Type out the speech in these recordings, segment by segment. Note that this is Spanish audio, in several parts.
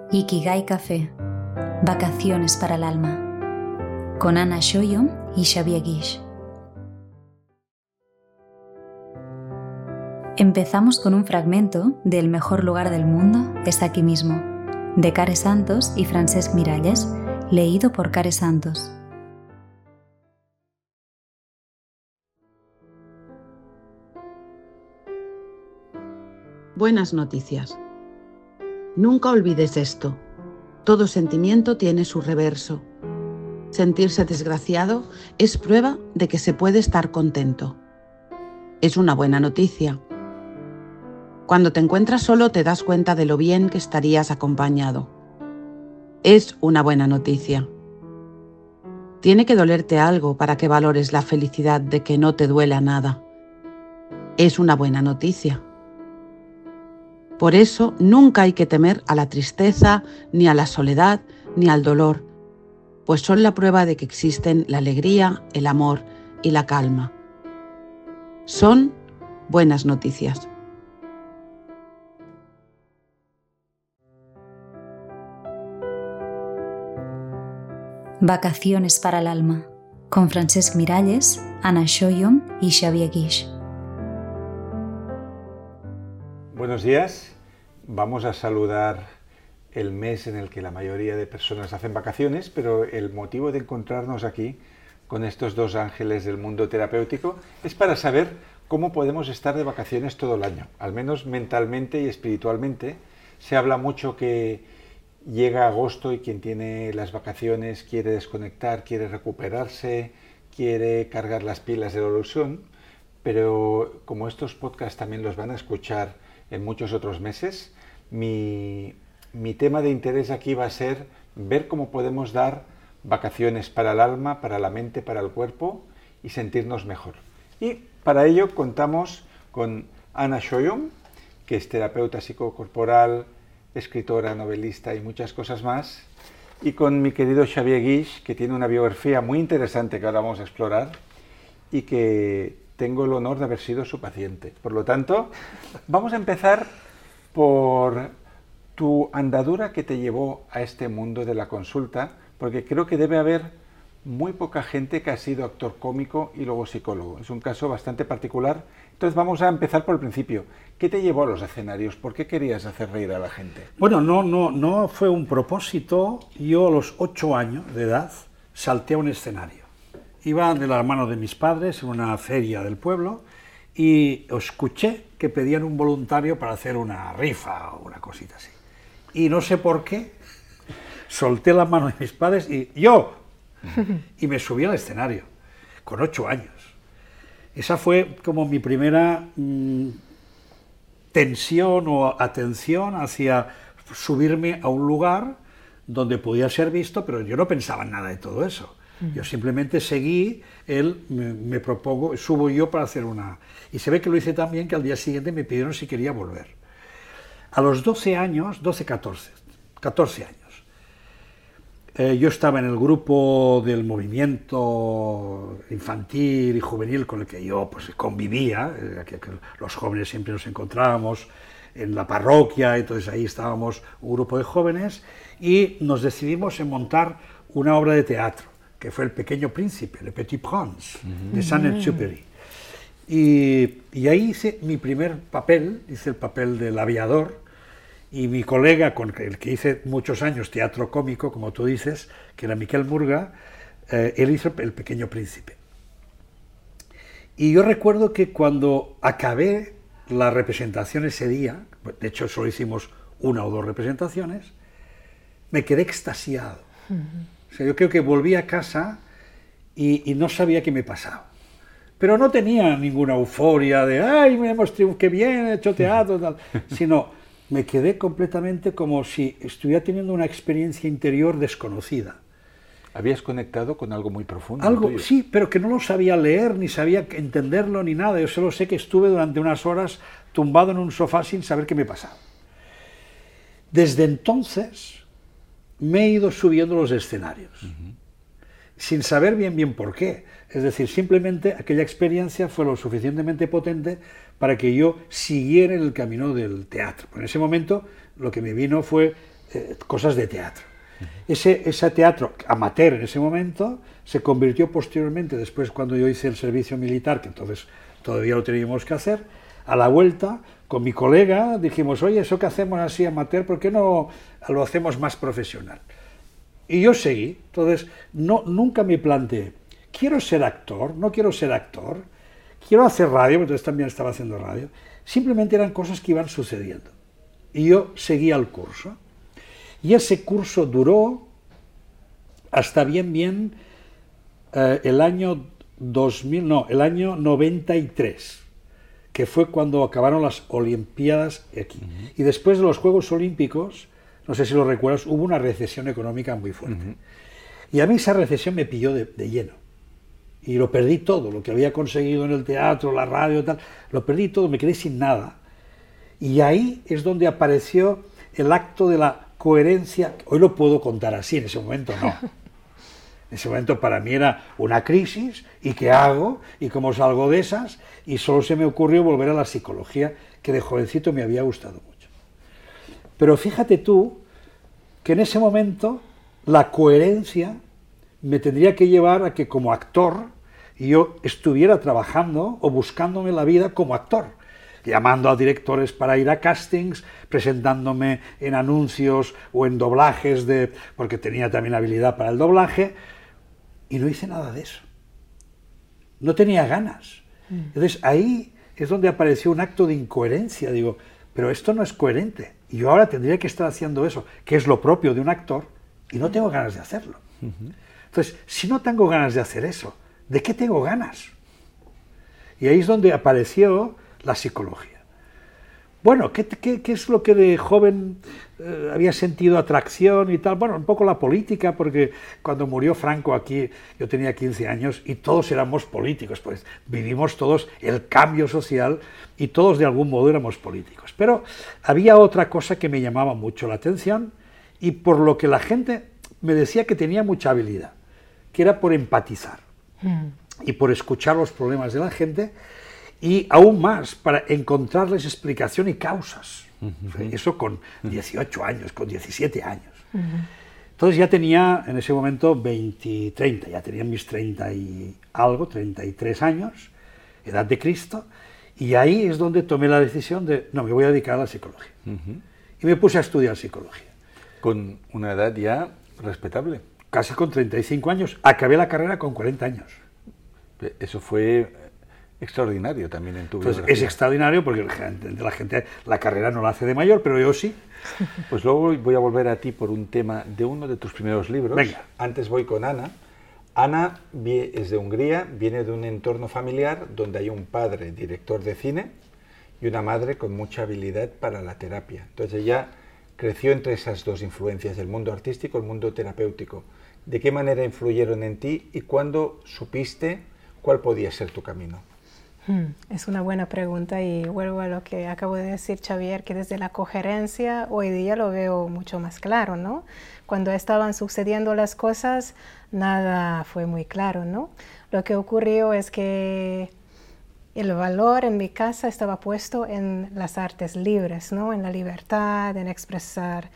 Ikigai Café, vacaciones para el alma, con Ana Shoyom y Xavier Guix. Empezamos con un fragmento de El mejor lugar del mundo es aquí mismo, de Care Santos y Francesc Miralles, leído por Care Santos. Buenas noticias. Nunca olvides esto. Todo sentimiento tiene su reverso. Sentirse desgraciado es prueba de que se puede estar contento. Es una buena noticia. Cuando te encuentras solo te das cuenta de lo bien que estarías acompañado. Es una buena noticia. Tiene que dolerte algo para que valores la felicidad de que no te duela nada. Es una buena noticia. Por eso nunca hay que temer a la tristeza, ni a la soledad, ni al dolor, pues son la prueba de que existen la alegría, el amor y la calma. Son buenas noticias. Vacaciones para el alma, con Francesc Miralles, Ana Shoyom y Xavier Guix. Buenos días. Vamos a saludar el mes en el que la mayoría de personas hacen vacaciones, pero el motivo de encontrarnos aquí con estos dos ángeles del mundo terapéutico es para saber cómo podemos estar de vacaciones todo el año, al menos mentalmente y espiritualmente. Se habla mucho que llega agosto y quien tiene las vacaciones quiere desconectar, quiere recuperarse, quiere cargar las pilas de la ilusión, pero como estos podcasts también los van a escuchar en muchos otros meses, mi tema de interés aquí va a ser ver cómo podemos dar vacaciones para el alma, para la mente, para el cuerpo y sentirnos mejor. Y para ello contamos con Ana Shoyom, que es terapeuta psicocorporal, escritora, novelista y muchas cosas más, y con mi querido Xavier Guix, que tiene una biografía muy interesante que ahora vamos a explorar y que tengo el honor de haber sido su paciente. Por lo tanto, vamos a empezar por tu andadura que te llevó a este mundo de la consulta, porque creo que debe haber muy poca gente que ha sido actor cómico y luego psicólogo. Es un caso bastante particular. Entonces vamos a empezar por el principio. ¿Qué te llevó a los escenarios? ¿Por qué querías hacer reír a la gente? Bueno, no fue un propósito. Yo a los 8 años de edad salté a un escenario. Iba de la mano de mis padres en una feria del pueblo y escuché que pedían un voluntario para hacer una rifa o una cosita así. Y no sé por qué, solté la mano de mis padres y y me subí al escenario, con 8 años. Esa fue como mi primera tensión o atención hacia subirme a un lugar donde podía ser visto, pero yo no pensaba en nada de todo eso. Yo simplemente seguí, él me propongo, subo yo para hacer una... Y se ve que lo hice tan bien que al día siguiente me pidieron si quería volver. A los 14 años, yo estaba en el grupo del movimiento infantil y juvenil con el que yo pues, convivía, que los jóvenes siempre nos encontrábamos en la parroquia, entonces ahí estábamos un grupo de jóvenes y nos decidimos en montar una obra de teatro, que fue El Pequeño Príncipe, Le Petit Prince, de Saint-Exupéry. Y ahí hice mi primer papel, hice el papel del aviador, y mi colega con el que hice muchos años teatro cómico, como tú dices, que era Miquel Murga, él hizo El Pequeño Príncipe. Y yo recuerdo que cuando acabé la representación ese día, de hecho solo hicimos 1 o 2 representaciones, me quedé extasiado. O sea, yo creo que volví a casa y no sabía qué me pasaba. Pero no tenía ninguna euforia de ¡ay, me hemos triunfado, qué bien, he hecho teatro! Tal, sino me quedé completamente como si estuviera teniendo una experiencia interior desconocida. ¿Habías conectado con algo muy profundo? Algo, sí, pero que no lo sabía leer, ni sabía entenderlo, ni nada. Yo solo sé que estuve durante unas horas tumbado en un sofá sin saber qué me pasaba. Desde entonces me he ido subiendo los escenarios, sin saber bien por qué. Es decir, simplemente aquella experiencia fue lo suficientemente potente para que yo siguiera en el camino del teatro. En ese momento lo que me vino fue cosas de teatro. Ese teatro amateur en ese momento se convirtió posteriormente, después cuando yo hice el servicio militar, que entonces todavía lo teníamos que hacer, a la vuelta con mi colega dijimos, oye, eso que hacemos así amateur, ¿por qué no lo hacemos más profesional? Y yo seguí. Entonces nunca me planteé, quiero ser actor, no quiero ser actor, quiero hacer radio, entonces también estaba haciendo radio. Simplemente eran cosas que iban sucediendo. Y yo seguía el curso. Y ese curso duró hasta bien el año 93, que fue cuando acabaron las Olimpiadas aquí. Y después de los Juegos Olímpicos, no sé si lo recuerdas, hubo una recesión económica muy fuerte. Y a mí esa recesión me pilló de lleno. Y lo perdí todo, lo que había conseguido en el teatro, la radio, tal, lo perdí todo, me quedé sin nada. Y ahí es donde apareció el acto de la coherencia. Hoy lo puedo contar así, en ese momento no. En ese momento para mí era una crisis, ¿y qué hago? ¿Y cómo salgo de esas? Y solo se me ocurrió volver a la psicología, que de jovencito me había gustado mucho. Pero fíjate tú que en ese momento la coherencia me tendría que llevar a que como actor yo estuviera trabajando o buscándome la vida como actor, llamando a directores para ir a castings, presentándome en anuncios o en doblajes, porque tenía también habilidad para el doblaje, y no hice nada de eso. No tenía ganas. Entonces ahí es donde apareció un acto de incoherencia. Digo, pero esto no es coherente. Y yo ahora tendría que estar haciendo eso, que es lo propio de un actor, y no tengo ganas de hacerlo. Entonces, si no tengo ganas de hacer eso, ¿de qué tengo ganas? Y ahí es donde apareció la psicología. Bueno, ¿qué es lo que de joven había sentido atracción y tal? Bueno, un poco la política, porque cuando murió Franco aquí, yo tenía 15 años y todos éramos políticos, pues vivimos todos el cambio social y todos de algún modo éramos políticos. Pero había otra cosa que me llamaba mucho la atención y por lo que la gente me decía que tenía mucha habilidad, que era por empatizar y por escuchar los problemas de la gente, y aún más para encontrarles explicación y causas. Eso con 18 años, con 17 años. Entonces ya tenía en ese momento 30, ya tenía mis 30 y algo, 33 años, edad de Cristo, y ahí es donde tomé la decisión de, no, me voy a dedicar a la psicología. Y me puse a estudiar psicología. Con una edad ya respetable. Casi con 35 años. Acabé la carrera con 40 años. Eso fue extraordinario también en tu vida. Es extraordinario porque la gente la carrera no la hace de mayor, pero yo sí. Pues luego voy a volver a ti por un tema de uno de tus primeros libros. Venga. Antes voy con Ana. Ana es de Hungría, viene de un entorno familiar donde hay un padre director de cine y una madre con mucha habilidad para la terapia. Entonces ella creció entre esas dos influencias, el mundo artístico y el mundo terapéutico. ¿De qué manera influyeron en ti y cuándo supiste cuál podía ser tu camino? Es una buena pregunta y vuelvo a lo que acabo de decir, Xavier, que desde la coherencia hoy día lo veo mucho más claro, ¿no? Cuando estaban sucediendo las cosas, nada fue muy claro, ¿no? Lo que ocurrió es que el valor en mi casa estaba puesto en las artes libres, ¿no? En la libertad, en expresarse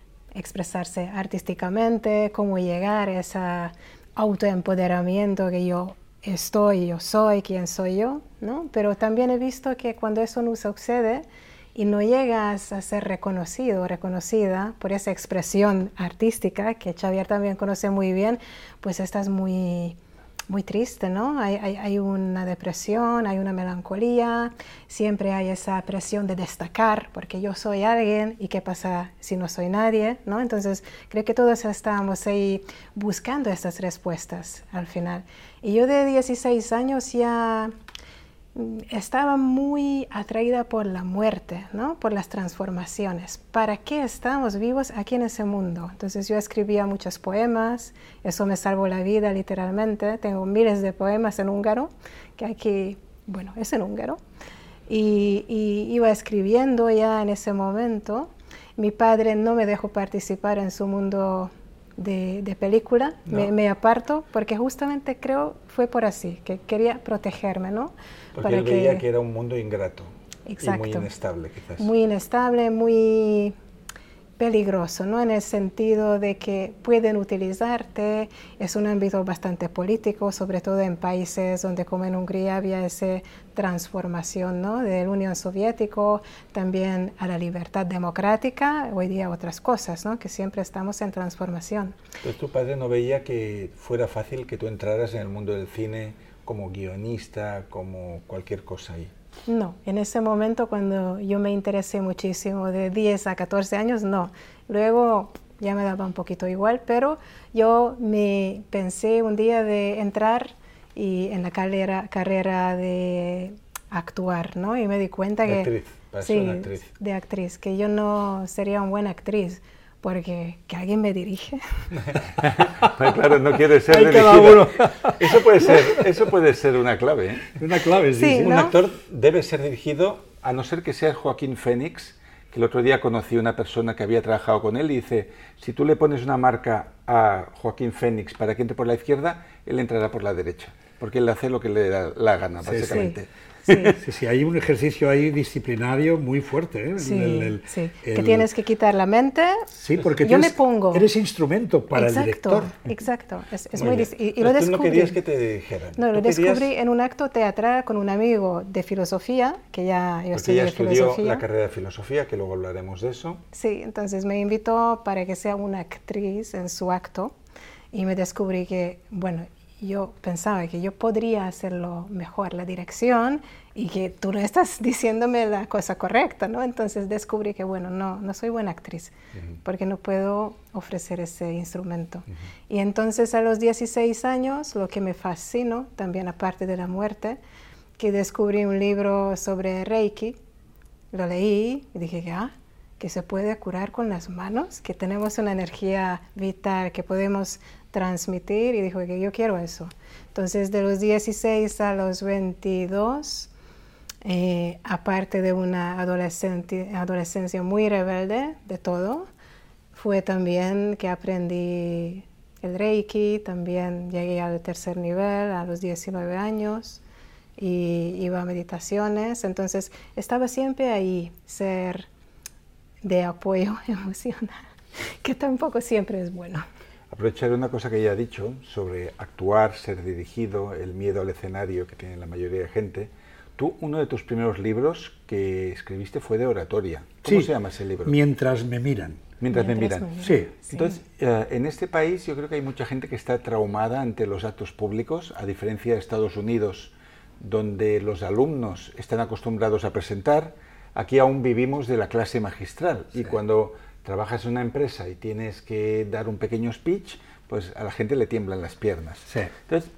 artísticamente, cómo llegar a ese autoempoderamiento que yo soy quien soy yo, ¿no? Pero también he visto que cuando eso no sucede y no llegas a ser reconocido o reconocida por esa expresión artística que Xavier también conoce muy bien, pues estás muy triste, ¿no? Hay una depresión, hay una melancolía, siempre hay esa presión de destacar, porque yo soy alguien, ¿y qué pasa si no soy nadie? ¿No? Entonces, creo que todos estamos ahí buscando estas respuestas al final. Y yo de 16 años ya estaba muy atraída por la muerte, ¿no? Por las transformaciones. ¿Para qué estamos vivos aquí en ese mundo? Entonces yo escribía muchos poemas, eso me salvó la vida literalmente. Tengo miles de poemas en húngaro, que aquí, bueno, es en húngaro. Y iba escribiendo ya en ese momento. Mi padre no me dejó participar en su mundo de película, no. me aparto, porque justamente creo fue por así, que quería protegerme, ¿no? Porque él veía que era un mundo ingrato. Exacto. Y muy inestable, quizás. Muy inestable, muy peligroso, ¿no? En el sentido de que pueden utilizarte, es un ámbito bastante político, sobre todo en países donde como en Hungría había esa transformación, ¿no? De la Unión Soviética también a la libertad democrática, hoy día otras cosas, ¿no? Que siempre estamos en transformación. Entonces tu padre no veía que fuera fácil que tú entraras en el mundo del cine como guionista, como cualquier cosa ahí. No, en ese momento cuando yo me interesé muchísimo, de 10 a 14 años, no. Luego ya me daba un poquito igual, pero yo me pensé un día de entrar en la carrera de actuar, ¿no? Y me di cuenta que... Actriz, para ser una actriz. De actriz, que yo no sería una buena actriz, porque que alguien me dirige. Pues claro, no quiere ser dirigida. Eso puede ser una clave, ¿eh? Una clave, sí. Sí, Un ¿no? actor debe ser dirigido, a no ser que sea Joaquín Phoenix, que el otro día conocí a una persona que había trabajado con él y dice, si tú le pones una marca a Joaquín Phoenix para que entre por la izquierda, él entrará por la derecha, porque él hace lo que le da la gana, básicamente. Sí, hay un ejercicio ahí disciplinario muy fuerte, ¿eh? Sí, que tienes que quitar la mente. Sí, porque me pongo. Eres instrumento para el director. Exacto, es Muy muy bien. y lo Tú descubrí. no querías que te dijeran. No, lo Tú querías- descubrí en un acto teatral con un amigo de filosofía, que ya yo Porque ella estudié estudió filosofía. la carrera de filosofía, que luego hablaremos de eso. Sí, entonces me invitó para que sea una actriz en su acto y me descubrí que, bueno, yo pensaba que yo podría hacerlo mejor, la dirección, y que tú no estás diciéndome la cosa correcta, ¿no? Entonces descubrí que, bueno, no soy buena actriz, porque no puedo ofrecer ese instrumento. Y entonces a los 16 años, lo que me fascinó, también aparte de la muerte, que descubrí un libro sobre Reiki, lo leí y dije que se puede curar con las manos, que tenemos una energía vital que podemos transmitir, y dijo que yo quiero eso. Entonces de los 16 a los 22, aparte de una adolescencia muy rebelde de todo, fue también que aprendí el Reiki, también llegué al tercer nivel a los 19 años y iba a meditaciones, entonces estaba siempre ahí, ser de apoyo emocional, que tampoco siempre es bueno. Aprovechar una cosa que ella ha dicho sobre actuar, ser dirigido, el miedo al escenario que tiene la mayoría de gente. Tú, uno de tus primeros libros que escribiste fue de oratoria. ¿Cómo se llama ese libro? Mientras me miran. Mientras me miran. Sí. Entonces, en este país yo creo que hay mucha gente que está traumada ante los actos públicos, a diferencia de Estados Unidos, donde los alumnos están acostumbrados a presentar. Aquí aún vivimos de la clase magistral, y cuando trabajas en una empresa y tienes que dar un pequeño speech, pues a la gente le tiemblan las piernas. Sí. Entonces,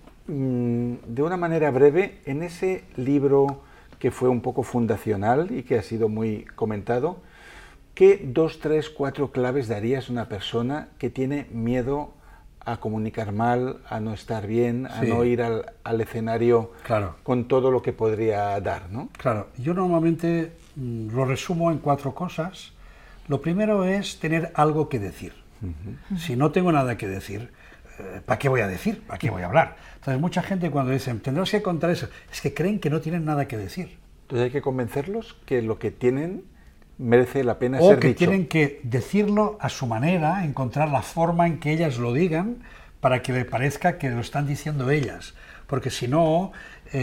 de una manera breve, en ese libro que fue un poco fundacional y que ha sido muy comentado, ¿qué 2, 3, 4 claves darías a una persona que tiene miedo a comunicar mal, a no estar bien, a no ir al escenario con todo lo que podría dar, ¿no? Claro, yo normalmente lo resumo en 4 cosas. Lo primero es tener algo que decir. Si no tengo nada que decir, ¿para qué voy a decir? ¿Para qué voy a hablar? Entonces mucha gente cuando dicen, tendrás que contar eso, es que creen que no tienen nada que decir. Entonces hay que convencerlos que lo que tienen merece la pena ser dicho. O que tienen que decirlo a su manera, encontrar la forma en que ellas lo digan para que le parezca que lo están diciendo ellas. Porque si no,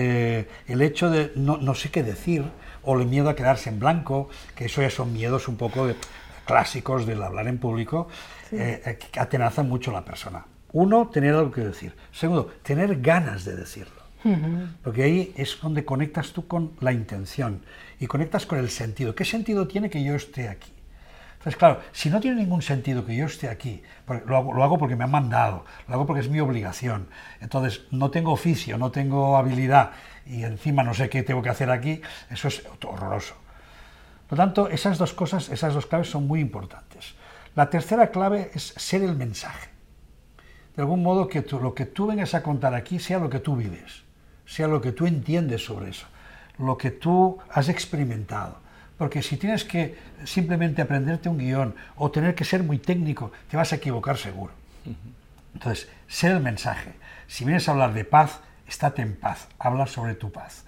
el hecho de no sé qué decir, o el miedo a quedarse en blanco, que eso ya son miedos un poco clásicos del hablar en público, que atenazan mucho a la persona. Uno, tener algo que decir. Segundo, tener ganas de decirlo. Porque ahí es donde conectas tú con la intención y conectas con el sentido. ¿Qué sentido tiene que yo esté aquí? Entonces, claro, si no tiene ningún sentido que yo esté aquí, lo hago porque me han mandado, lo hago porque es mi obligación, entonces no tengo oficio, no tengo habilidad y encima no sé qué tengo que hacer aquí, eso es horroroso. Por lo tanto, esas 2 cosas, esas 2 claves son muy importantes. La tercera clave es ser el mensaje. De algún modo que lo que tú vengas a contar aquí sea lo que tú vives, sea lo que tú entiendes sobre eso, lo que tú has experimentado. Porque si tienes que simplemente aprenderte un guión o tener que ser muy técnico, te vas a equivocar seguro. Entonces, ser el mensaje. Si vienes a hablar de paz, estate en paz, habla sobre tu paz.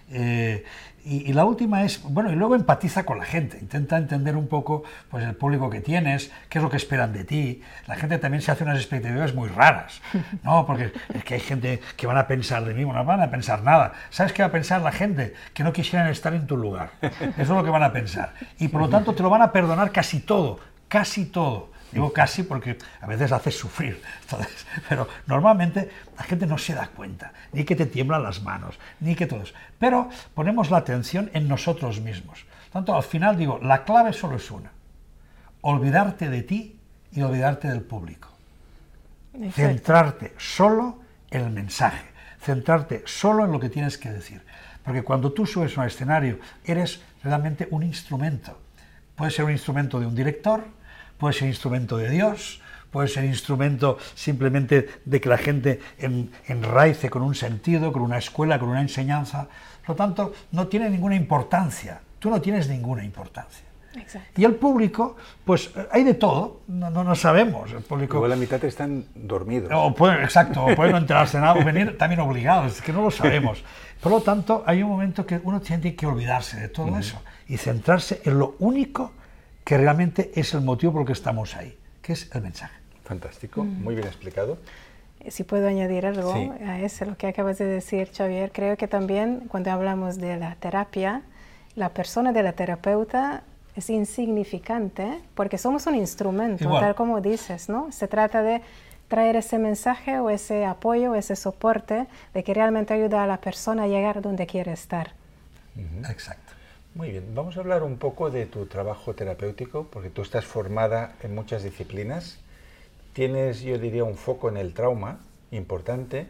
Y la última es, bueno, y luego empatiza con la gente, intenta entender un poco pues el público que tienes, qué es lo que esperan de ti. La gente también se hace unas expectativas muy raras, ¿no? Porque es que hay gente que van a pensar de mí, no van a pensar nada. ¿Sabes qué va a pensar la gente? Que no quisieran estar en tu lugar. Eso es lo que van a pensar. Y por lo tanto te lo van a perdonar casi todo, casi todo. Digo casi porque a veces haces sufrir, entonces, pero normalmente la gente no se da cuenta, ni que te tiemblan las manos, ni que todo eso. Pero ponemos la atención en nosotros mismos. Tanto al final digo, la clave solo es una: olvidarte de ti y olvidarte del público. Exacto. Centrarte solo en el mensaje, centrarte solo en lo que tienes que decir. Porque cuando tú subes a un escenario, eres realmente un instrumento. Puede ser un instrumento de un director, puede ser instrumento de Dios, puede ser instrumento simplemente de que la gente enraice con un sentido, con una escuela, con una enseñanza. Por lo tanto, no tiene ninguna importancia. Tú no tienes ninguna importancia. Exacto. Y el público, pues hay de todo, no sabemos. El público, igual la mitad están dormidos. Exacto, o pueden no enterarse de nada, o venir también obligados, es que no lo sabemos. Por lo tanto, hay un momento que uno tiene que olvidarse de todo eso y centrarse en lo único que realmente es el motivo por el que estamos ahí, que es el mensaje. Fantástico, muy bien explicado. Si puedo añadir algo a eso, lo que acabas de decir, Xavier, creo que también cuando hablamos de la terapia, la persona de la terapeuta es insignificante porque somos un instrumento, tal como dices, ¿no? Se trata de traer ese mensaje o ese apoyo, ese soporte de que realmente ayuda a la persona a llegar donde quiere estar. Exacto. Muy bien, vamos a hablar un poco de tu trabajo terapéutico, porque tú estás formada en muchas disciplinas. Tienes, yo diría, un foco en el trauma importante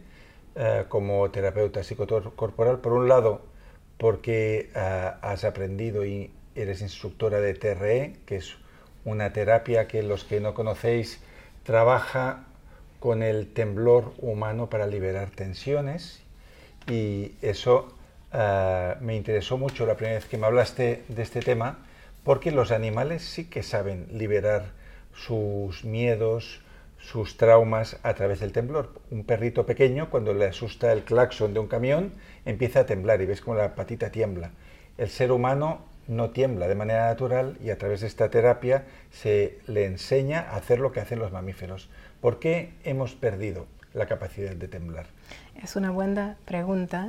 como terapeuta psicocorporal. Por un lado, porque has aprendido y eres instructora de TRE, que es una terapia que los que no conocéis trabaja con el temblor humano para liberar tensiones, y eso me interesó mucho la primera vez que me hablaste de este tema, porque los animales sí que saben liberar sus miedos, sus traumas a través del temblor. Un perrito pequeño, cuando le asusta el claxon de un camión, empieza a temblar y ves como la patita tiembla. El ser humano no tiembla de manera natural, y a través de esta terapia se le enseña a hacer lo que hacen los mamíferos. ¿Por qué hemos perdido la capacidad de temblar? Es una buena pregunta.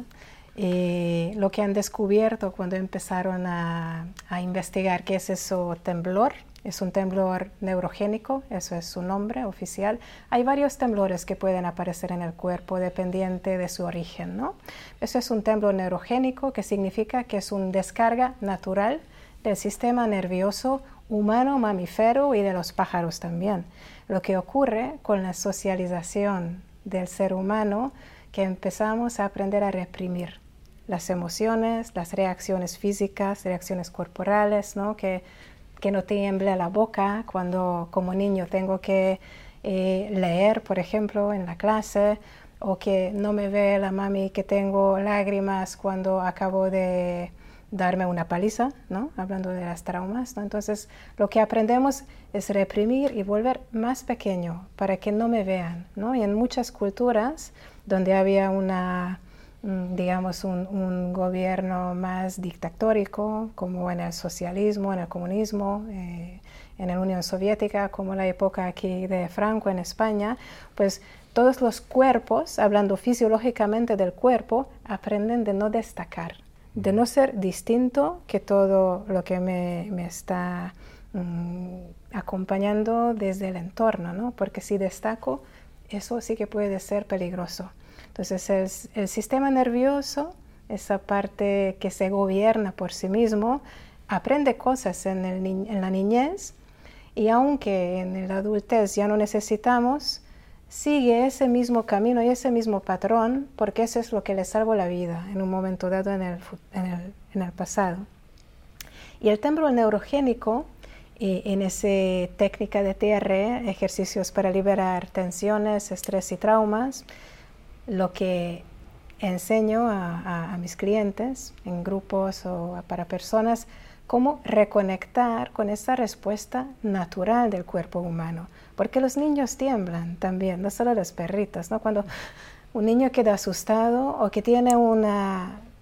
Lo que han descubierto cuando empezaron a investigar qué es eso temblor, es un temblor neurogénico, eso es su nombre oficial. Hay varios temblores que pueden aparecer en el cuerpo dependiente de su origen, ¿no? Eso es un temblor neurogénico, que significa que es una descarga natural del sistema nervioso humano, mamífero y de los pájaros también. Lo que ocurre con la socialización del ser humano, que empezamos a aprender a reprimir las emociones, las reacciones físicas, reacciones corporales, ¿no? Que no tiemble la boca cuando como niño tengo que leer, por ejemplo, en la clase, o que no me ve la mami que tengo lágrimas cuando acabo de darme una paliza, ¿no? Hablando de las traumas, ¿no? Entonces, lo que aprendemos es reprimir y volver más pequeño para que no me vean, ¿no? Y en muchas culturas donde había digamos, un gobierno más dictatórico, como en el socialismo, en el comunismo, en la Unión Soviética, como la época aquí de Franco en España, pues todos los cuerpos, hablando fisiológicamente del cuerpo, aprenden de no destacar, de no ser distinto que todo lo que me está acompañando desde el entorno, ¿no? Porque si destaco, eso sí que puede ser peligroso. Entonces el sistema nervioso, esa parte que se gobierna por sí mismo, aprende cosas en la niñez, y aunque en la adultez ya no necesitamos, sigue ese mismo camino y ese mismo patrón, porque eso es lo que le salvó la vida en un momento dado en el pasado. Y el temblor neurogénico, en esa técnica de TRE, ejercicios para liberar tensiones, estrés y traumas, lo que enseño a mis clientes en grupos o para personas, cómo reconectar con esa respuesta natural del cuerpo humano. Porque los niños tiemblan también, no solo los perritos, ¿no? Cuando un niño queda asustado o que tiene una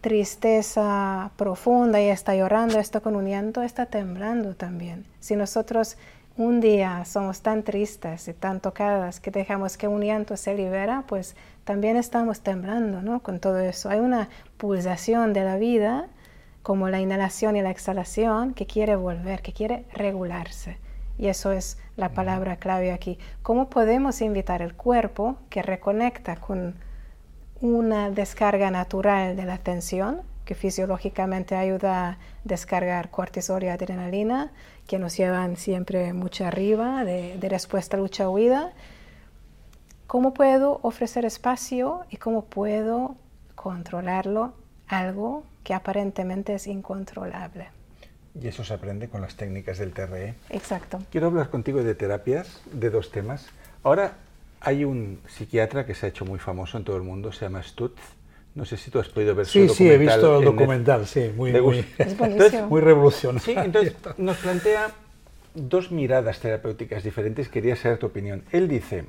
tristeza profunda y está llorando, está con un llanto, está temblando también. Si nosotros un día somos tan tristes y tan tocadas que dejamos que un llanto se libera, pues también estamos temblando, ¿no? Con todo eso. Hay una pulsación de la vida, como la inhalación y la exhalación, que quiere volver, que quiere regularse. Y eso es la palabra clave aquí. ¿Cómo podemos invitar el cuerpo que reconecta con una descarga natural de la tensión, que fisiológicamente ayuda a descargar cortisol y adrenalina, que nos llevan siempre mucho arriba de respuesta lucha-huida? ¿Cómo puedo ofrecer espacio y cómo puedo controlarlo, algo que aparentemente es incontrolable? Y eso se aprende con las técnicas del TRE. Exacto. Quiero hablar contigo de terapias, de dos temas. Ahora hay un psiquiatra que se ha hecho muy famoso en todo el mundo, se llama Stutz. No sé si tú has podido ver su documental. Sí, he visto el documental, sí, muy es buenísimo. Muy revolucionario. Sí, entonces nos plantea dos miradas terapéuticas diferentes. Quería saber tu opinión. Él dice,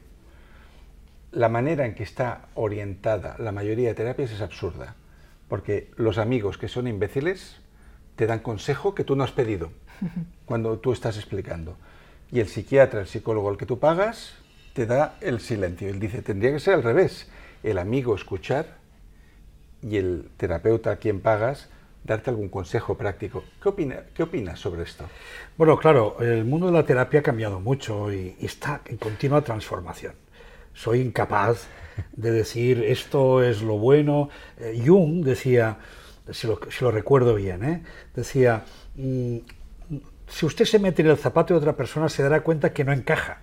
la manera en que está orientada la mayoría de terapias es absurda, porque los amigos que son imbéciles te dan consejo que tú no has pedido cuando tú estás explicando. Y el psiquiatra, el psicólogo al que tú pagas, te da el silencio. Él dice, tendría que ser al revés. El amigo escuchar y el terapeuta a quien pagas darte algún consejo práctico. ¿Qué opinas sobre esto? Bueno, claro, el mundo de la terapia ha cambiado mucho y está en continua transformación. Soy incapaz de decir esto es lo bueno. Jung decía, si lo recuerdo bien, decía, si usted se mete en el zapato de otra persona se dará cuenta que no encaja.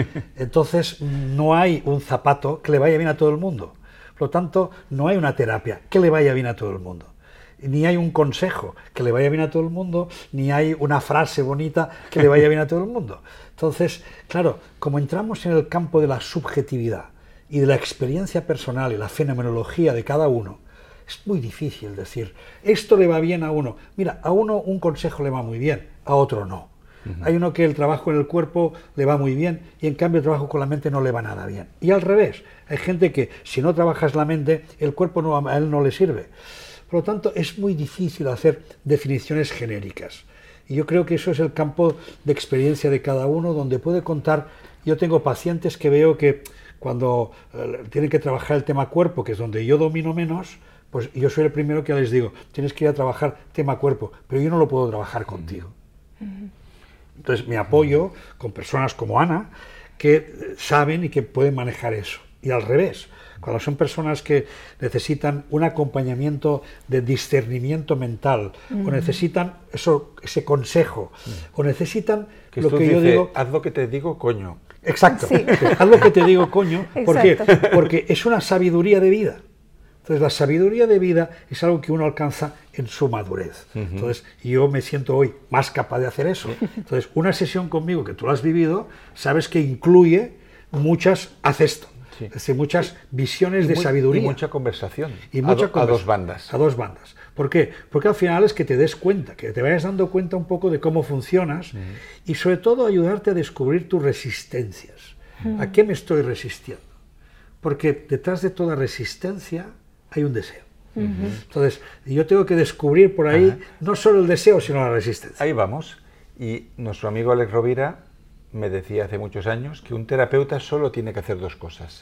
Entonces no hay un zapato que le vaya bien a todo el mundo. Por lo tanto, no hay una terapia que le vaya bien a todo el mundo. Ni hay un consejo que le vaya bien a todo el mundo, ni hay una frase bonita que le vaya bien a todo el mundo. Entonces, claro, como entramos en el campo de la subjetividad y de la experiencia personal y la fenomenología de cada uno, es muy difícil decir, esto le va bien a uno. Mira, a uno un consejo le va muy bien, a otro no. Hay uno que el trabajo en el cuerpo le va muy bien y en cambio el trabajo con la mente no le va nada bien. Y al revés, hay gente que si no trabajas la mente, el cuerpo a él no le sirve. Por lo tanto, es muy difícil hacer definiciones genéricas. Y yo creo que eso es el campo de experiencia de cada uno, donde puede contar. Yo tengo pacientes que veo que cuando tienen que trabajar el tema cuerpo, que es donde yo domino menos, pues yo soy el primero que les digo, tienes que ir a trabajar tema cuerpo, pero yo no lo puedo trabajar contigo. Entonces me apoyo con personas como Ana, que saben y que pueden manejar eso. Y al revés, cuando son personas que necesitan un acompañamiento de discernimiento mental, o necesitan ese consejo, o necesitan que lo que dice, yo digo... haz lo que te digo, coño. Exacto, sí. Haz lo que te digo, coño. ¿Por qué? Exacto. Porque es una sabiduría de vida. Entonces la sabiduría de vida es algo que uno alcanza en su madurez. Entonces yo me siento hoy más capaz de hacer eso. Entonces una sesión conmigo que tú la has vivido, sabes que incluye muchas, haz esto, sí. Es decir, muchas visiones de sabiduría. Y mucha conversación. Y mucha a dos bandas. A dos bandas. ¿Por qué? Porque al final es que te des cuenta, que te vayas dando cuenta un poco de cómo funcionas y sobre todo ayudarte a descubrir tus resistencias. ¿A qué me estoy resistiendo? Porque detrás de toda resistencia hay un deseo. Entonces, yo tengo que descubrir por ahí no solo el deseo, sino la resistencia. Ahí vamos. Y nuestro amigo Alex Rovira me decía hace muchos años que un terapeuta solo tiene que hacer dos cosas.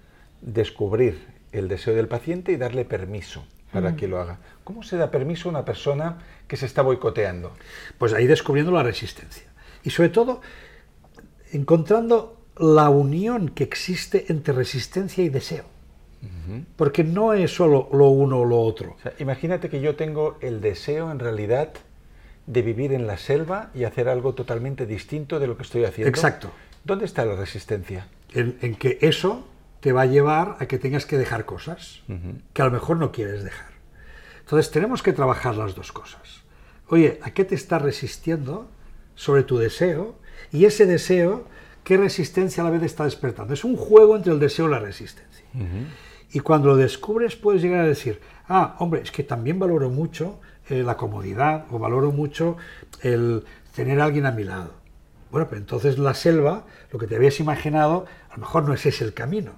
Descubrir el deseo del paciente y darle permiso para que lo haga. ¿Cómo se da permiso a una persona que se está boicoteando? Pues ahí descubriendo la resistencia. Y sobre todo, encontrando la unión que existe entre resistencia y deseo. Porque no es solo lo uno o lo otro. O sea, imagínate que yo tengo el deseo en realidad de vivir en la selva y hacer algo totalmente distinto de lo que estoy haciendo. Exacto. ¿Dónde está la resistencia? En que eso te va a llevar a que tengas que dejar cosas que a lo mejor no quieres dejar. Entonces tenemos que trabajar las dos cosas. Oye, ¿a qué te estás resistiendo sobre tu deseo? Y ese deseo, ¿qué resistencia a la vez está despertando? Es un juego entre el deseo y la resistencia. Y cuando lo descubres puedes llegar a decir, hombre, es que también valoro mucho la comodidad o valoro mucho el tener a alguien a mi lado. Bueno, pero entonces la selva, lo que te habías imaginado, a lo mejor no es ese el camino.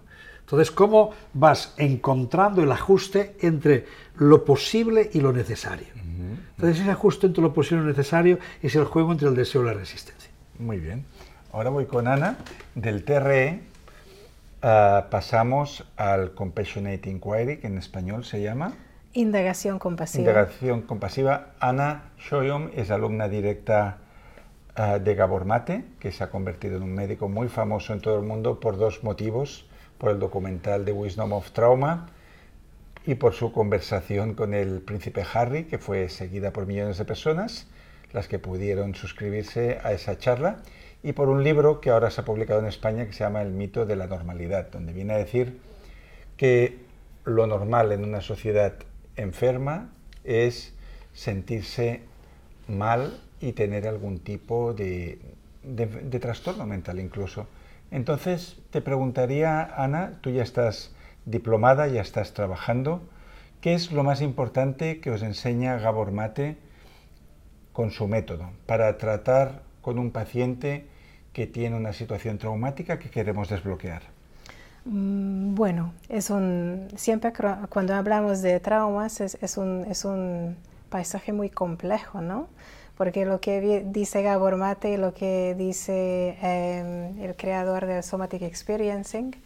Entonces, ¿cómo vas encontrando el ajuste entre lo posible y lo necesario? Entonces, ese ajuste entre lo posible y lo necesario es el juego entre el deseo y la resistencia. Muy bien. Ahora voy con Ana. Del TRE pasamos al Compassionate Inquiry, que en español se llama... Indagación compasiva. Indagación compasiva. Ana Shoyom es alumna directa de Gabor Mate, que se ha convertido en un médico muy famoso en todo el mundo por dos motivos: por el documental The Wisdom of Trauma y por su conversación con el príncipe Harry, que fue seguida por millones de personas, las que pudieron suscribirse a esa charla, y por un libro que ahora se ha publicado en España que se llama El mito de la normalidad, donde viene a decir que lo normal en una sociedad enferma es sentirse mal y tener algún tipo de trastorno mental incluso. Entonces te preguntaría, Ana, tú ya estás diplomada, ya estás trabajando, ¿qué es lo más importante que os enseña Gabor Mate con su método para tratar con un paciente que tiene una situación traumática que queremos desbloquear? Bueno, siempre cuando hablamos de traumas es un paisaje muy complejo, ¿no? Porque lo que dice Gabor Mate y lo que dice el creador del Somatic Experiencing,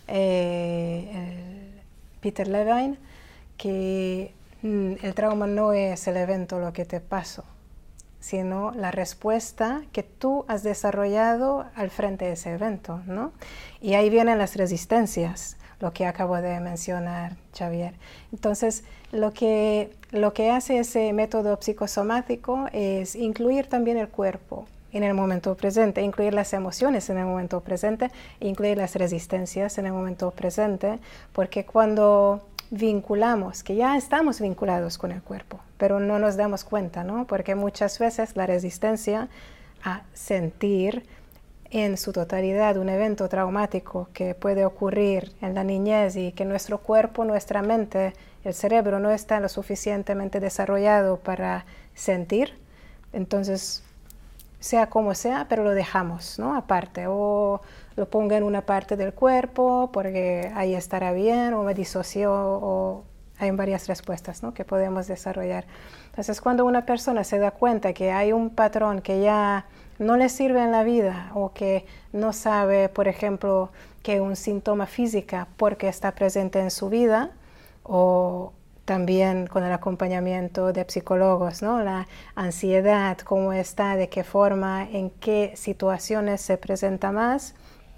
Peter Levine, que el trauma no es el evento lo que te pasó, sino la respuesta que tú has desarrollado al frente de ese evento, ¿no? Y ahí vienen las resistencias, lo que acabo de mencionar, Xavier. Entonces, lo que hace ese método psicosomático es incluir también el cuerpo en el momento presente, incluir las emociones en el momento presente, incluir las resistencias en el momento presente, porque cuando vinculamos, que ya estamos vinculados con el cuerpo, pero no nos damos cuenta, ¿no? Porque muchas veces la resistencia a sentir en su totalidad un evento traumático que puede ocurrir en la niñez y que nuestro cuerpo, nuestra mente, el cerebro no está lo suficientemente desarrollado para sentir, entonces sea como sea, pero lo dejamos, ¿no? Aparte, o lo pongo en una parte del cuerpo porque ahí estará bien, o me disocio, o hay varias respuestas, ¿no?, que podemos desarrollar. Entonces, cuando una persona se da cuenta que hay un patrón que ya no le sirve en la vida, o que no sabe, por ejemplo, que un síntoma físico porque está presente en su vida, o también con el acompañamiento de psicólogos, ¿no?, la ansiedad, cómo está, de qué forma, en qué situaciones se presenta más,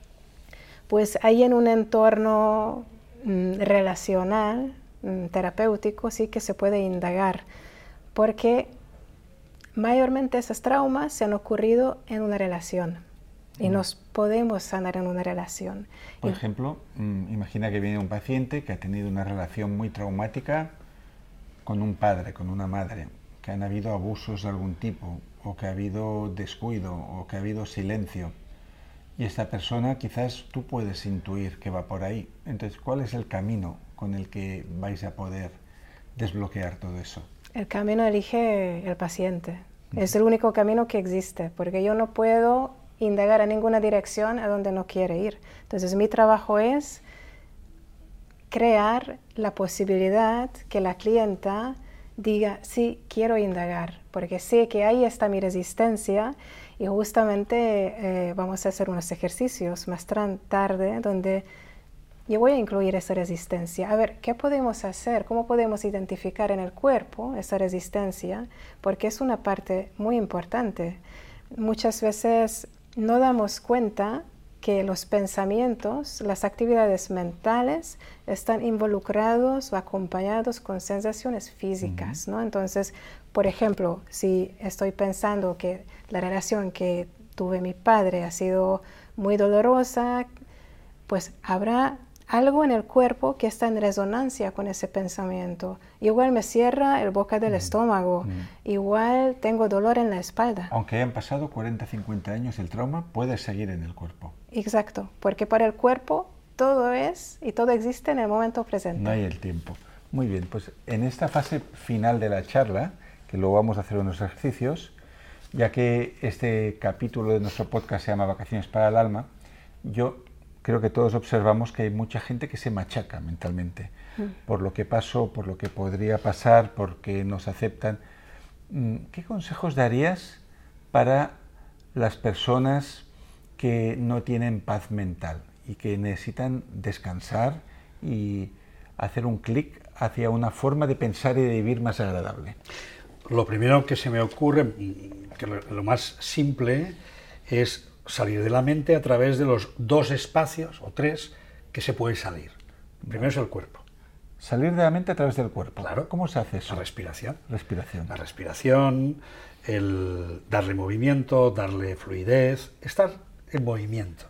pues ahí en un entorno relacional, terapéutico, sí que se puede indagar, porque mayormente esos traumas se han ocurrido en una relación y nos podemos sanar en una relación. Por ejemplo, imagina que viene un paciente que ha tenido una relación muy traumática con un padre, con una madre, que han habido abusos de algún tipo, o que ha habido descuido, o que ha habido silencio. Y esta persona quizás tú puedes intuir que va por ahí. Entonces, ¿cuál es el camino con el que vais a poder desbloquear todo eso? El camino elige el paciente. Es el único camino que existe, porque yo no puedo indagar en ninguna dirección a donde no quiere ir. Entonces, mi trabajo es crear la posibilidad que la clienta diga, sí, quiero indagar, porque sé que ahí está mi resistencia. Y justamente vamos a hacer unos ejercicios más tarde donde yo voy a incluir esa resistencia. A ver, ¿qué podemos hacer? ¿Cómo podemos identificar en el cuerpo esa resistencia? Porque es una parte muy importante. Muchas veces no damos cuenta que los pensamientos, las actividades mentales están involucrados o acompañados con sensaciones físicas, ¿no? Entonces, por ejemplo, si estoy pensando que la relación que tuve mi padre ha sido muy dolorosa, pues habrá algo en el cuerpo que está en resonancia con ese pensamiento. Igual me cierra el boca del estómago, igual tengo dolor en la espalda. Aunque hayan pasado 40, 50 años, el trauma puede seguir en el cuerpo. Exacto, porque para el cuerpo todo es y todo existe en el momento presente. No hay el tiempo. Muy bien, pues en esta fase final de la charla, que luego vamos a hacer unos ejercicios, ya que este capítulo de nuestro podcast se llama Vacaciones para el Alma, yo creo que todos observamos que hay mucha gente que se machaca mentalmente por lo que pasó, por lo que podría pasar, porque nos aceptan. ¿Qué consejos darías para las personas que no tienen paz mental y que necesitan descansar y hacer un clic hacia una forma de pensar y de vivir más agradable? Lo primero que se me ocurre, que lo más simple, es salir de la mente a través de los 2 espacios o 3 que se puede salir. El primero es el cuerpo. Salir de la mente a través del cuerpo. Claro. ¿Cómo se hace eso? La respiración. Respiración. La respiración, el darle movimiento, darle fluidez, estar en movimiento.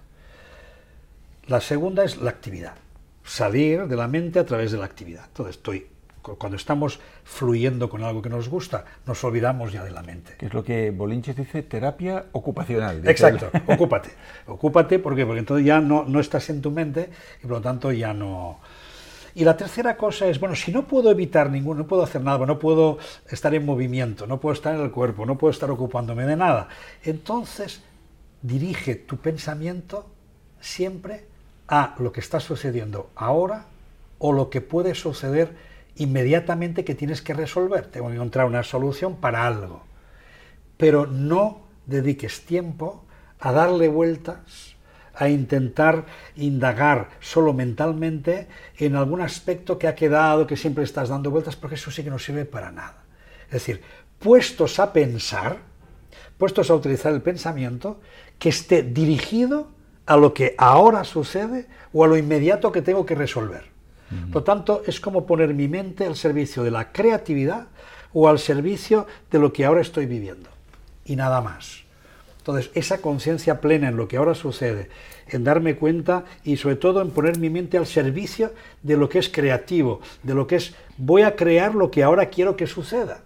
La segunda es la actividad. Salir de la mente a través de la actividad. Entonces, cuando estamos fluyendo con algo que nos gusta, nos olvidamos ya de la mente. Que es lo que Bolinches dice, terapia ocupacional. Exacto, ocúpate. Ocúpate, ¿por qué? Porque entonces ya no estás en tu mente y por lo tanto ya no... Y la tercera cosa es, bueno, si no puedo evitar no puedo hacer nada, no puedo estar en movimiento, no puedo estar en el cuerpo, no puedo estar ocupándome de nada, entonces dirige tu pensamiento siempre a lo que está sucediendo ahora o lo que puede suceder inmediatamente que tienes que resolver. Tengo que encontrar una solución para algo. Pero no dediques tiempo a darle vueltas, a intentar indagar solo mentalmente en algún aspecto que ha quedado, que siempre estás dando vueltas, porque eso sí que no sirve para nada. Es decir, puestos a pensar, puestos a utilizar el pensamiento, que esté dirigido a lo que ahora sucede o a lo inmediato que tengo que resolver. Por lo tanto, es como poner mi mente al servicio de la creatividad o al servicio de lo que ahora estoy viviendo. Y nada más. Entonces, esa conciencia plena en lo que ahora sucede, en darme cuenta y sobre todo en poner mi mente al servicio de lo que es creativo, de lo que es, voy a crear lo que ahora quiero que suceda.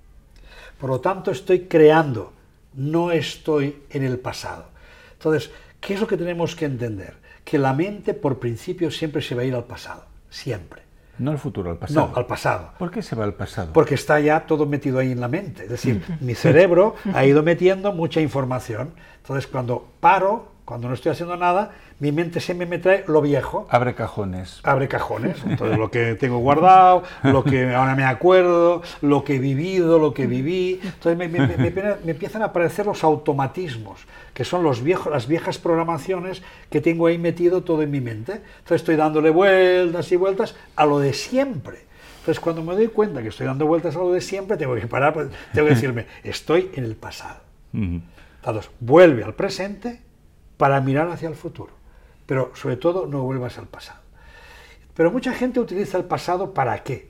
Por lo tanto, estoy creando, no estoy en el pasado. Entonces, ¿qué es lo que tenemos que entender? Que la mente, por principio, siempre se va a ir al pasado. Siempre. No al futuro, al pasado. No, al pasado. ¿Por qué se va al pasado? Porque está ya todo metido ahí en la mente. Es decir, mi cerebro ha ido metiendo mucha información. Entonces, cuando paro, cuando no estoy haciendo nada, mi mente siempre me trae lo viejo. Abre cajones. Abre cajones. Entonces, lo que tengo guardado, lo que ahora me acuerdo, lo que he vivido, lo que viví. Entonces, me empiezan a aparecer los automatismos, que son las viejas programaciones que tengo ahí metido todo en mi mente. Entonces, estoy dándole vueltas y vueltas a lo de siempre. Entonces, cuando me doy cuenta que estoy dando vueltas a lo de siempre, tengo que parar, tengo que decirme, estoy en el pasado. Entonces, vuelve al presente para mirar hacia el futuro. Pero, sobre todo, no vuelvas al pasado. Pero mucha gente utiliza el pasado ¿para qué?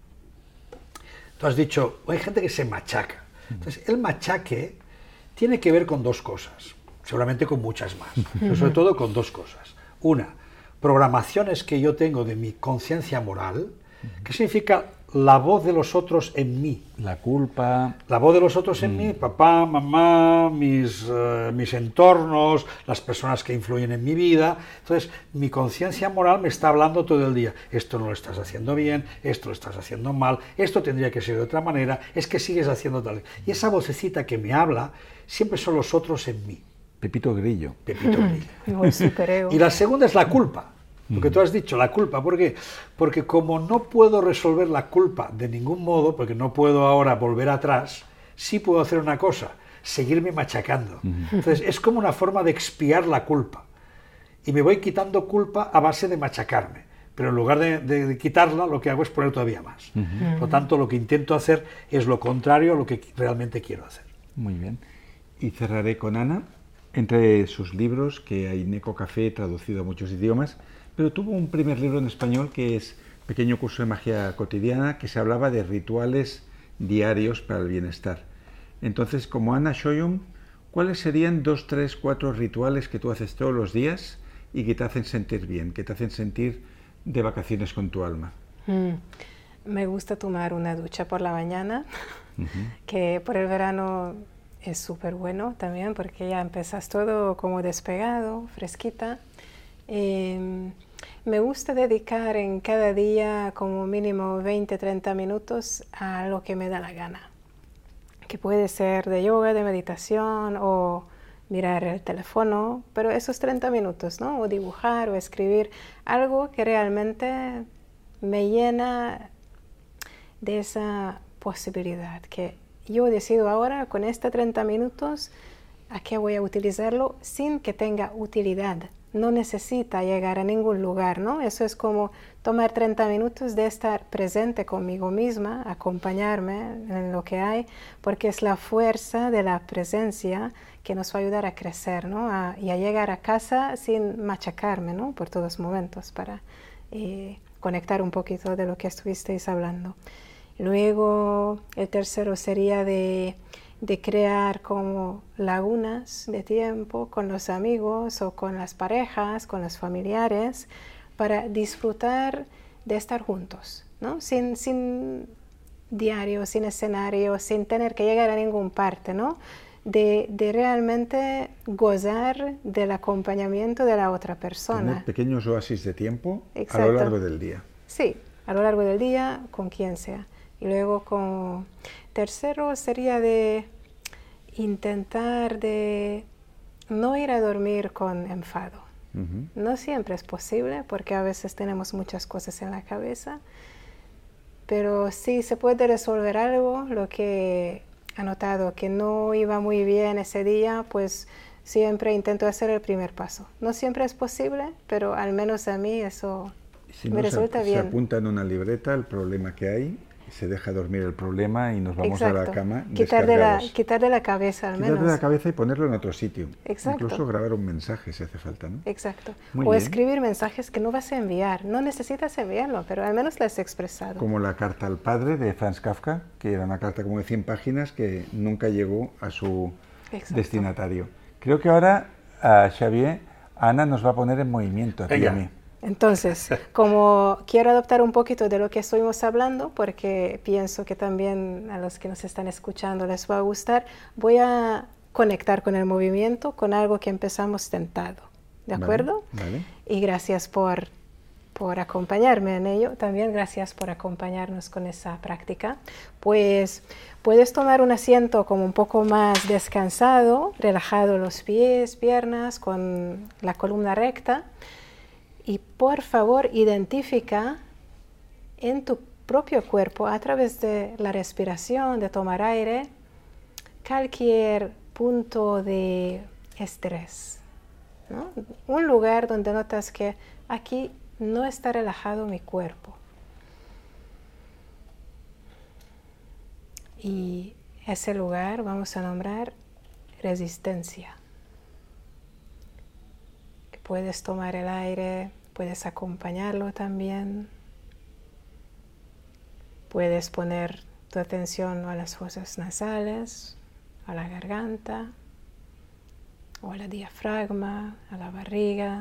Tú has dicho, hay gente que se machaca. Entonces, el machaque tiene que ver con 2 cosas, seguramente con muchas más, pero sobre todo con 2 cosas. Una, programaciones que yo tengo de mi conciencia moral, que significa la voz de los otros en mí. La culpa. La voz de los otros en mí, papá, mamá, mis entornos, las personas que influyen en mi vida. Entonces, mi conciencia moral me está hablando todo el día. Esto no lo estás haciendo bien, esto lo estás haciendo mal, esto tendría que ser de otra manera, es que sigues haciendo tal. Y esa vocecita que me habla, siempre son los otros en mí. Pepito Grillo. Pepito Grillo. El superego. Y la segunda es la culpa. Lo que tú has dicho, la culpa. ¿Por qué? Porque como no puedo resolver la culpa de ningún modo, porque no puedo ahora volver atrás, sí puedo hacer una cosa, seguirme machacando. Entonces, es como una forma de expiar la culpa. Y me voy quitando culpa a base de machacarme. Pero en lugar de quitarla, lo que hago es poner todavía más. Por lo tanto, lo que intento hacer es lo contrario a lo que realmente quiero hacer. Muy bien. Y cerraré con Ana. Entre sus libros, que hay Neko Café, traducido a muchos idiomas, pero tuvo un primer libro en español que es Pequeño curso de magia cotidiana, que se hablaba de rituales diarios para el bienestar. Entonces, como Ana Shoyum, ¿cuáles serían 2, 3, 4 rituales que tú haces todos los días y que te hacen sentir bien, que te hacen sentir de vacaciones con tu alma? Me gusta tomar una ducha por la mañana, que por el verano es súper bueno también, porque ya empezas todo como despegado, fresquita. Me gusta dedicar en cada día como mínimo 20-30 minutos a lo que me da la gana, que puede ser de yoga, de meditación o mirar el teléfono, pero esos 30 minutos, ¿no? O dibujar o escribir algo que realmente me llena de esa posibilidad, que yo decido ahora con estos 30 minutos a qué voy a utilizarlo sin que tenga utilidad. No necesita llegar a ningún lugar, ¿no? Eso es como tomar 30 minutos de estar presente conmigo misma, acompañarme en lo que hay, porque es la fuerza de la presencia que nos va a ayudar a crecer, ¿no? Y a llegar a casa sin machacarme, ¿no? Por todos momentos, para conectar un poquito de lo que estuvisteis hablando. Luego, el tercero sería de crear como lagunas de tiempo con los amigos o con las parejas, con los familiares, para disfrutar de estar juntos, ¿no? Sin diario, sin escenario, sin tener que llegar a ninguna parte, ¿no? De realmente gozar del acompañamiento de la otra persona. Tener pequeños oasis de tiempo. Exacto. A lo largo del día. Sí, a lo largo del día, con quien sea. Y luego, como tercero, sería de intentar de no ir a dormir con enfado. No siempre es posible, porque a veces tenemos muchas cosas en la cabeza, pero si se puede resolver algo, lo que he notado que no iba muy bien ese día, pues siempre intento hacer el primer paso. No siempre es posible, pero al menos a mí eso me resulta bien. Se apunta en una libreta el problema que hay, se deja dormir el problema y nos vamos a la cama quitar de la cabeza al menos. Quitar de la cabeza y ponerlo en otro sitio. Exacto. Incluso grabar un mensaje si hace falta, ¿no? Exacto. Muy o bien. Escribir mensajes que no vas a enviar. No necesitas enviarlo, pero al menos lo has expresado. Como la carta al padre de Franz Kafka, que era una carta como de 100 páginas que nunca llegó a su destinatario. Creo que ahora, Xavier, Ana nos va a poner en movimiento a ti y a mí. Entonces, como quiero adoptar un poquito de lo que estuvimos hablando, porque pienso que también a los que nos están escuchando les va a gustar, voy a conectar con el movimiento, con algo que empezamos sentado. ¿De acuerdo? Vale. Y gracias por acompañarme en ello. También gracias por acompañarnos con esa práctica. Pues puedes tomar un asiento como un poco más descansado, relajado los pies, piernas, con la columna recta. Y por favor, identifica en tu propio cuerpo, a través de la respiración, de tomar aire, cualquier punto de estrés, ¿no? Un lugar donde notas que aquí no está relajado mi cuerpo. Y ese lugar vamos a nombrar resistencia. Puedes tomar el aire, puedes acompañarlo también. Puedes poner tu atención a las fosas nasales, a la garganta, o a la diafragma, a la barriga.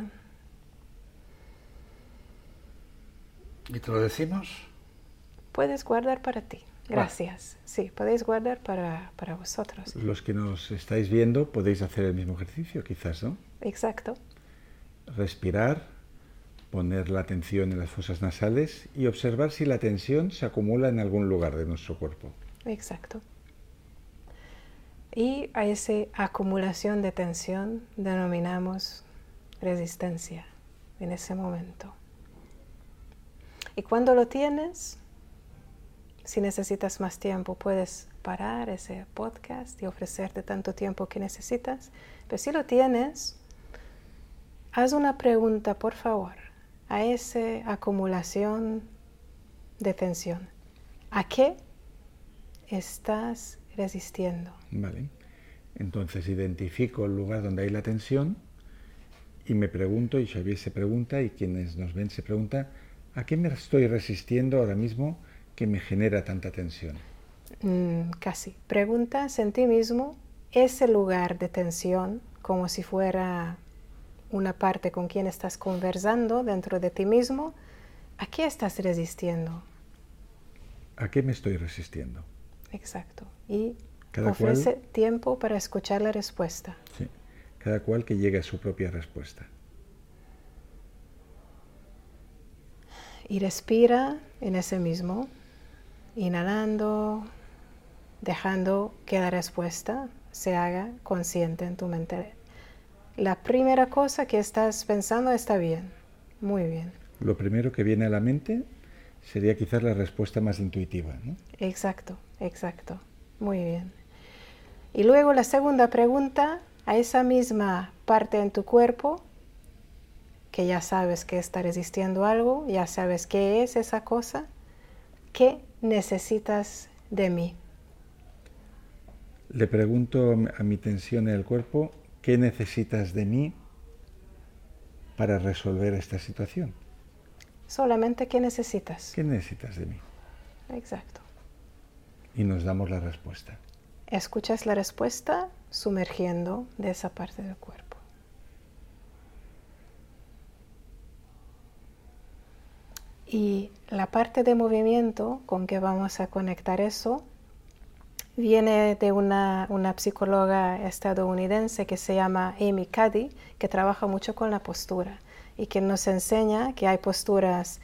¿Y te lo decimos? Puedes guardar para ti. Gracias. Sí, podéis guardar para vosotros. Los que nos estáis viendo podéis hacer el mismo ejercicio, quizás, ¿no? Exacto. Respirar, poner la atención en las fosas nasales y observar si la tensión se acumula en algún lugar de nuestro cuerpo. Exacto. Y a esa acumulación de tensión denominamos resistencia en ese momento. Y cuando lo tienes, si necesitas más tiempo, puedes parar ese podcast y ofrecerte tanto tiempo que necesitas. Pero si lo tienes, haz una pregunta, por favor, a esa acumulación de tensión. ¿A qué estás resistiendo? Vale. Entonces identifico el lugar donde hay la tensión y me pregunto, y Xavier se pregunta, y quienes nos ven se preguntan, ¿a qué me estoy resistiendo ahora mismo que me genera tanta tensión? Casi. Preguntas en ti mismo ese lugar de tensión como si fuera una parte con quien estás conversando dentro de ti mismo. ¿A qué estás resistiendo? ¿A qué me estoy resistiendo? Exacto. Y Cada ofrece cual, tiempo para escuchar la respuesta. Sí, cada cual que llegue a su propia respuesta. Y respira en ese mismo, inhalando, dejando que la respuesta se haga consciente en tu mente. La primera cosa que estás pensando está bien, muy bien. Lo primero que viene a la mente sería quizás la respuesta más intuitiva, ¿no? Exacto, exacto, muy bien. Y luego la segunda pregunta, a esa misma parte en tu cuerpo, que ya sabes que está resistiendo algo, ya sabes qué es esa cosa, ¿qué necesitas de mí? Le pregunto a mi tensión en el cuerpo, ¿qué necesitas de mí para resolver esta situación? Solamente qué necesitas. ¿Qué necesitas de mí? Exacto. Y nos damos la respuesta. Escuchas la respuesta sumergiendo de esa parte del cuerpo. Y la parte de movimiento con que vamos a conectar eso viene de una psicóloga estadounidense que se llama Amy Cuddy, que trabaja mucho con la postura y que nos enseña que hay posturas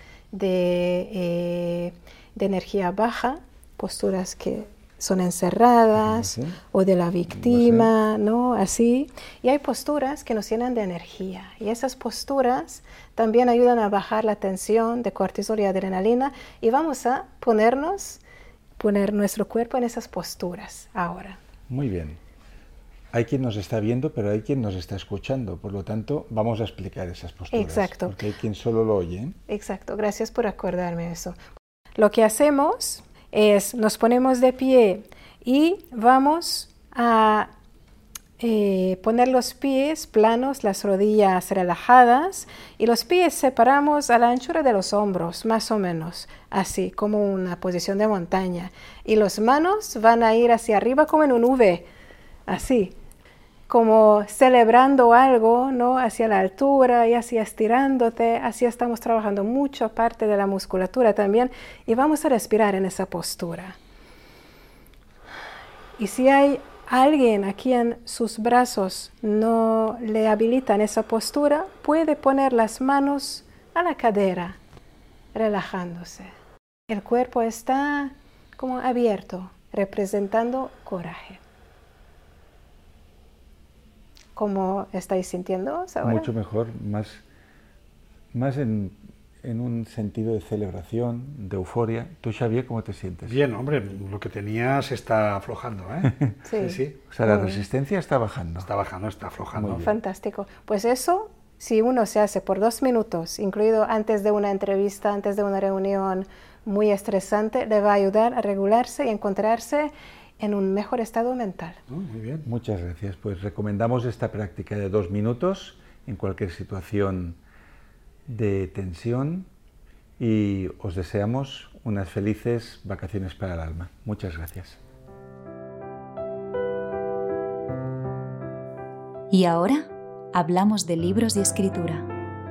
de energía baja, posturas que son encerradas o de la víctima, ¿no? Así. Y hay posturas que nos llenan de energía. Y esas posturas también ayudan a bajar la tensión de cortisol y adrenalina. Y vamos a poner nuestro cuerpo en esas posturas ahora. Muy bien. Hay quien nos está viendo, pero hay quien nos está escuchando. Por lo tanto, vamos a explicar esas posturas. Exacto. Porque hay quien solo lo oye. Exacto. Gracias por acordarme eso. Lo que hacemos es, nos ponemos de pie y vamos a poner los pies planos, las rodillas relajadas y los pies separamos a la anchura de los hombros, más o menos, así como una posición de montaña. Y las manos van a ir hacia arriba como en un V, así, como celebrando algo, ¿no? Hacia la altura y así estirándote, así estamos trabajando mucho parte de la musculatura también y vamos a respirar en esa postura. Y si hay alguien a quien sus brazos no le habilitan esa postura, puede poner las manos a la cadera, relajándose. El cuerpo está como abierto, representando coraje. ¿Cómo estáis sintiendo ahora? Mucho mejor, más en un sentido de celebración, de euforia. ¿Tú, Xavier, cómo te sientes? Bien, hombre, lo que tenía se está aflojando, ¿eh? Sí. O sea, la resistencia está bajando. Está bajando, está aflojando. Fantástico. Pues eso, si uno se hace por 2 minutos, incluido antes de una entrevista, antes de una reunión muy estresante, le va a ayudar a regularse y encontrarse en un mejor estado mental. Muy bien. Muchas gracias. Pues recomendamos esta práctica de 2 minutos en cualquier situación de tensión y os deseamos unas felices vacaciones para el alma. Muchas gracias. Y ahora hablamos de libros y escritura.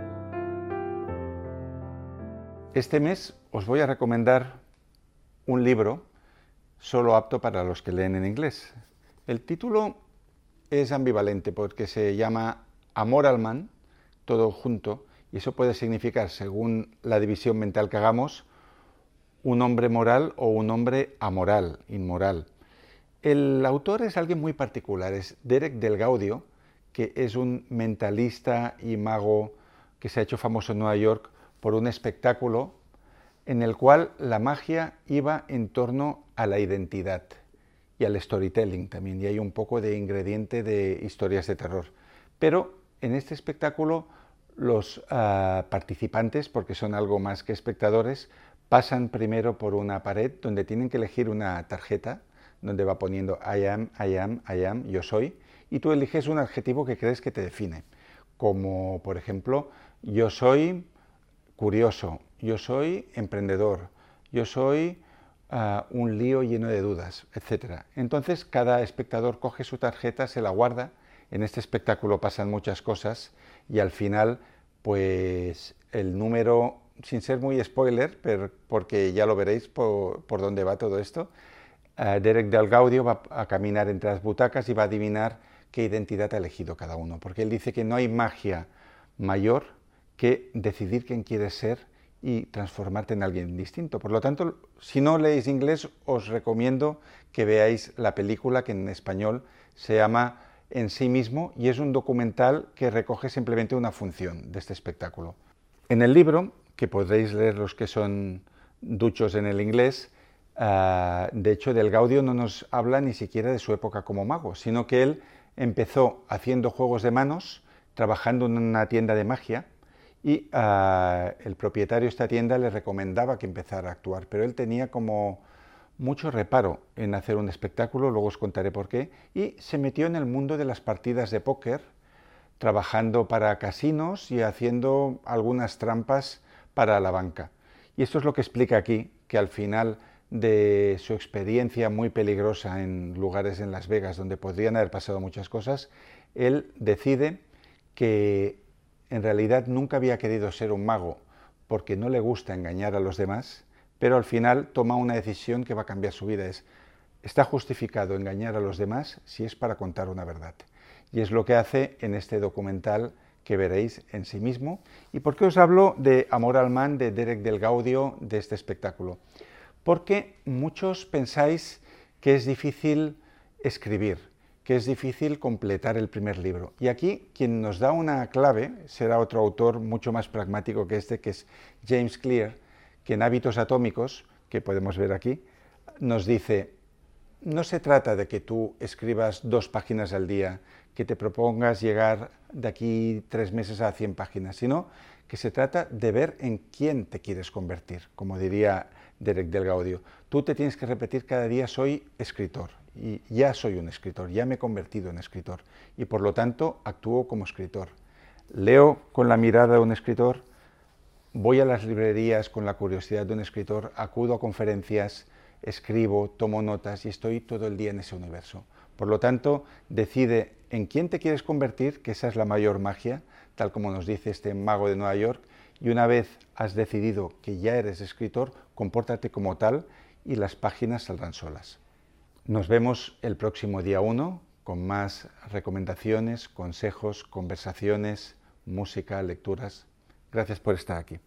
Este mes os voy a recomendar un libro solo apto para los que leen en inglés. El título es ambivalente porque se llama Amor al Man, todo junto, y eso puede significar, según la división mental que hagamos, un hombre moral o un hombre amoral, inmoral. El autor es alguien muy particular, es Derek Del Gaudio, que es un mentalista y mago que se ha hecho famoso en Nueva York por un espectáculo en el cual la magia iba en torno a la identidad y al storytelling también, y hay un poco de ingrediente de historias de terror. Pero en este espectáculo los participantes, porque son algo más que espectadores, pasan primero por una pared donde tienen que elegir una tarjeta donde va poniendo I am, yo soy, y tú eliges un adjetivo que crees que te define, como por ejemplo, yo soy curioso, yo soy emprendedor, yo soy un lío lleno de dudas, etc. Entonces cada espectador coge su tarjeta, se la guarda. En este espectáculo pasan muchas cosas y al final, pues el número, sin ser muy spoiler, pero porque ya lo veréis por dónde va todo esto, Derek Del Gaudio va a caminar entre las butacas y va a adivinar qué identidad ha elegido cada uno, porque él dice que no hay magia mayor que decidir quién quieres ser y transformarte en alguien distinto. Por lo tanto, si no leéis inglés, os recomiendo que veáis la película, que en español Se llama En sí mismo y es un documental que recoge simplemente una función de este espectáculo. En el libro, que podréis leer los que son duchos en el inglés, de hecho del Gaudio no nos habla ni siquiera de su época como mago, sino que él empezó haciendo juegos de manos, trabajando en una tienda de magia, y el propietario de esta tienda le recomendaba que empezara a actuar, pero él tenía como mucho reparo en hacer un espectáculo, luego os contaré por qué, y se metió en el mundo de las partidas de póker, trabajando para casinos y haciendo algunas trampas para la banca. Y esto es lo que explica aquí, que al final de su experiencia muy peligrosa en lugares en Las Vegas donde podrían haber pasado muchas cosas, él decide que en realidad nunca había querido ser un mago porque no le gusta engañar a los demás, pero al final toma una decisión que va a cambiar su vida. Está justificado engañar a los demás si es para contar una verdad. Y es lo que hace en este documental que veréis En sí mismo. ¿Y por qué os hablo de Amor al Man, de Derek del Gaudio, de este espectáculo? Porque muchos pensáis que es difícil escribir, que es difícil completar el primer libro. Y aquí quien nos da una clave será otro autor mucho más pragmático que este, que es James Clear, que en Hábitos Atómicos, que podemos ver aquí, nos dice: no se trata de que tú escribas 2 páginas al día, que te propongas llegar de aquí 3 meses a 100 páginas, sino que se trata de ver en quién te quieres convertir, como diría Derek del Gaudio. Tú te tienes que repetir cada día: soy escritor, y ya soy un escritor, ya me he convertido en escritor, y por lo tanto actúo como escritor. Leo con la mirada de un escritor, voy a las librerías con la curiosidad de un escritor, acudo a conferencias, escribo, tomo notas y estoy todo el día en ese universo. Por lo tanto, decide en quién te quieres convertir, que esa es la mayor magia, tal como nos dice este mago de Nueva York, y una vez has decidido que ya eres escritor, compórtate como tal y las páginas saldrán solas. Nos vemos el próximo día 1 con más recomendaciones, consejos, conversaciones, música, lecturas. Gracias por estar aquí.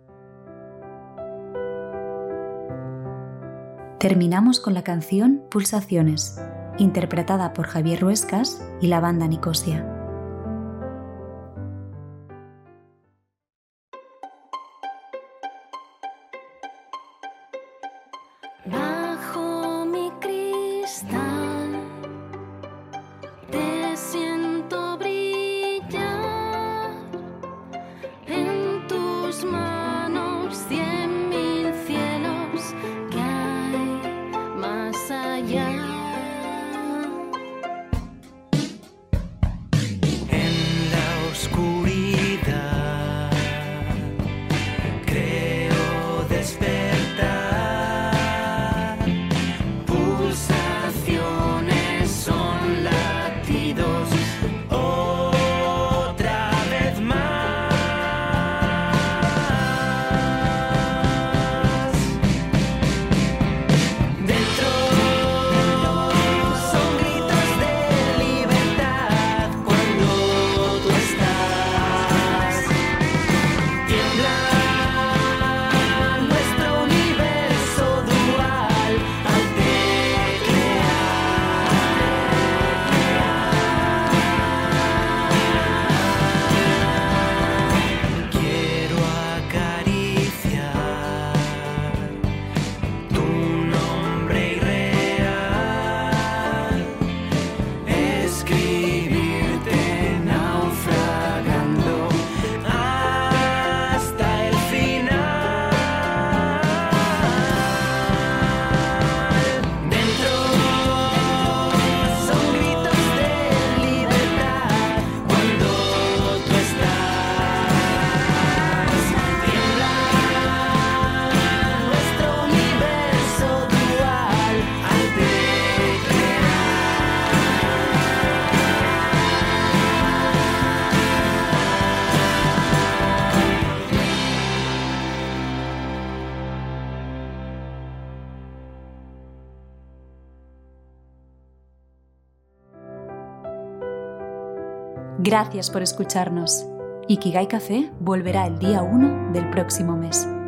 Terminamos con la canción Pulsaciones, interpretada por Javier Ruescas y la banda Nicosia. Bajo mi cristal te siento brillar, en tus manos 100.000 cielos que hay más allá. En la oscuridad creo despertar. Pulsaciones son latidos otra vez más. Dentro son gritos de libertad cuando tú estás. Tiembla nuestro universo dual al teclear. Quiero acariciar tu nombre irreal, escribirte naufragando hasta el final. Dentro son gritos de libertad cuando tú estás. Tiembla nuestro universo dual al teclear. Gracias por escucharnos. Ikigai Café volverá el día 1 del próximo mes.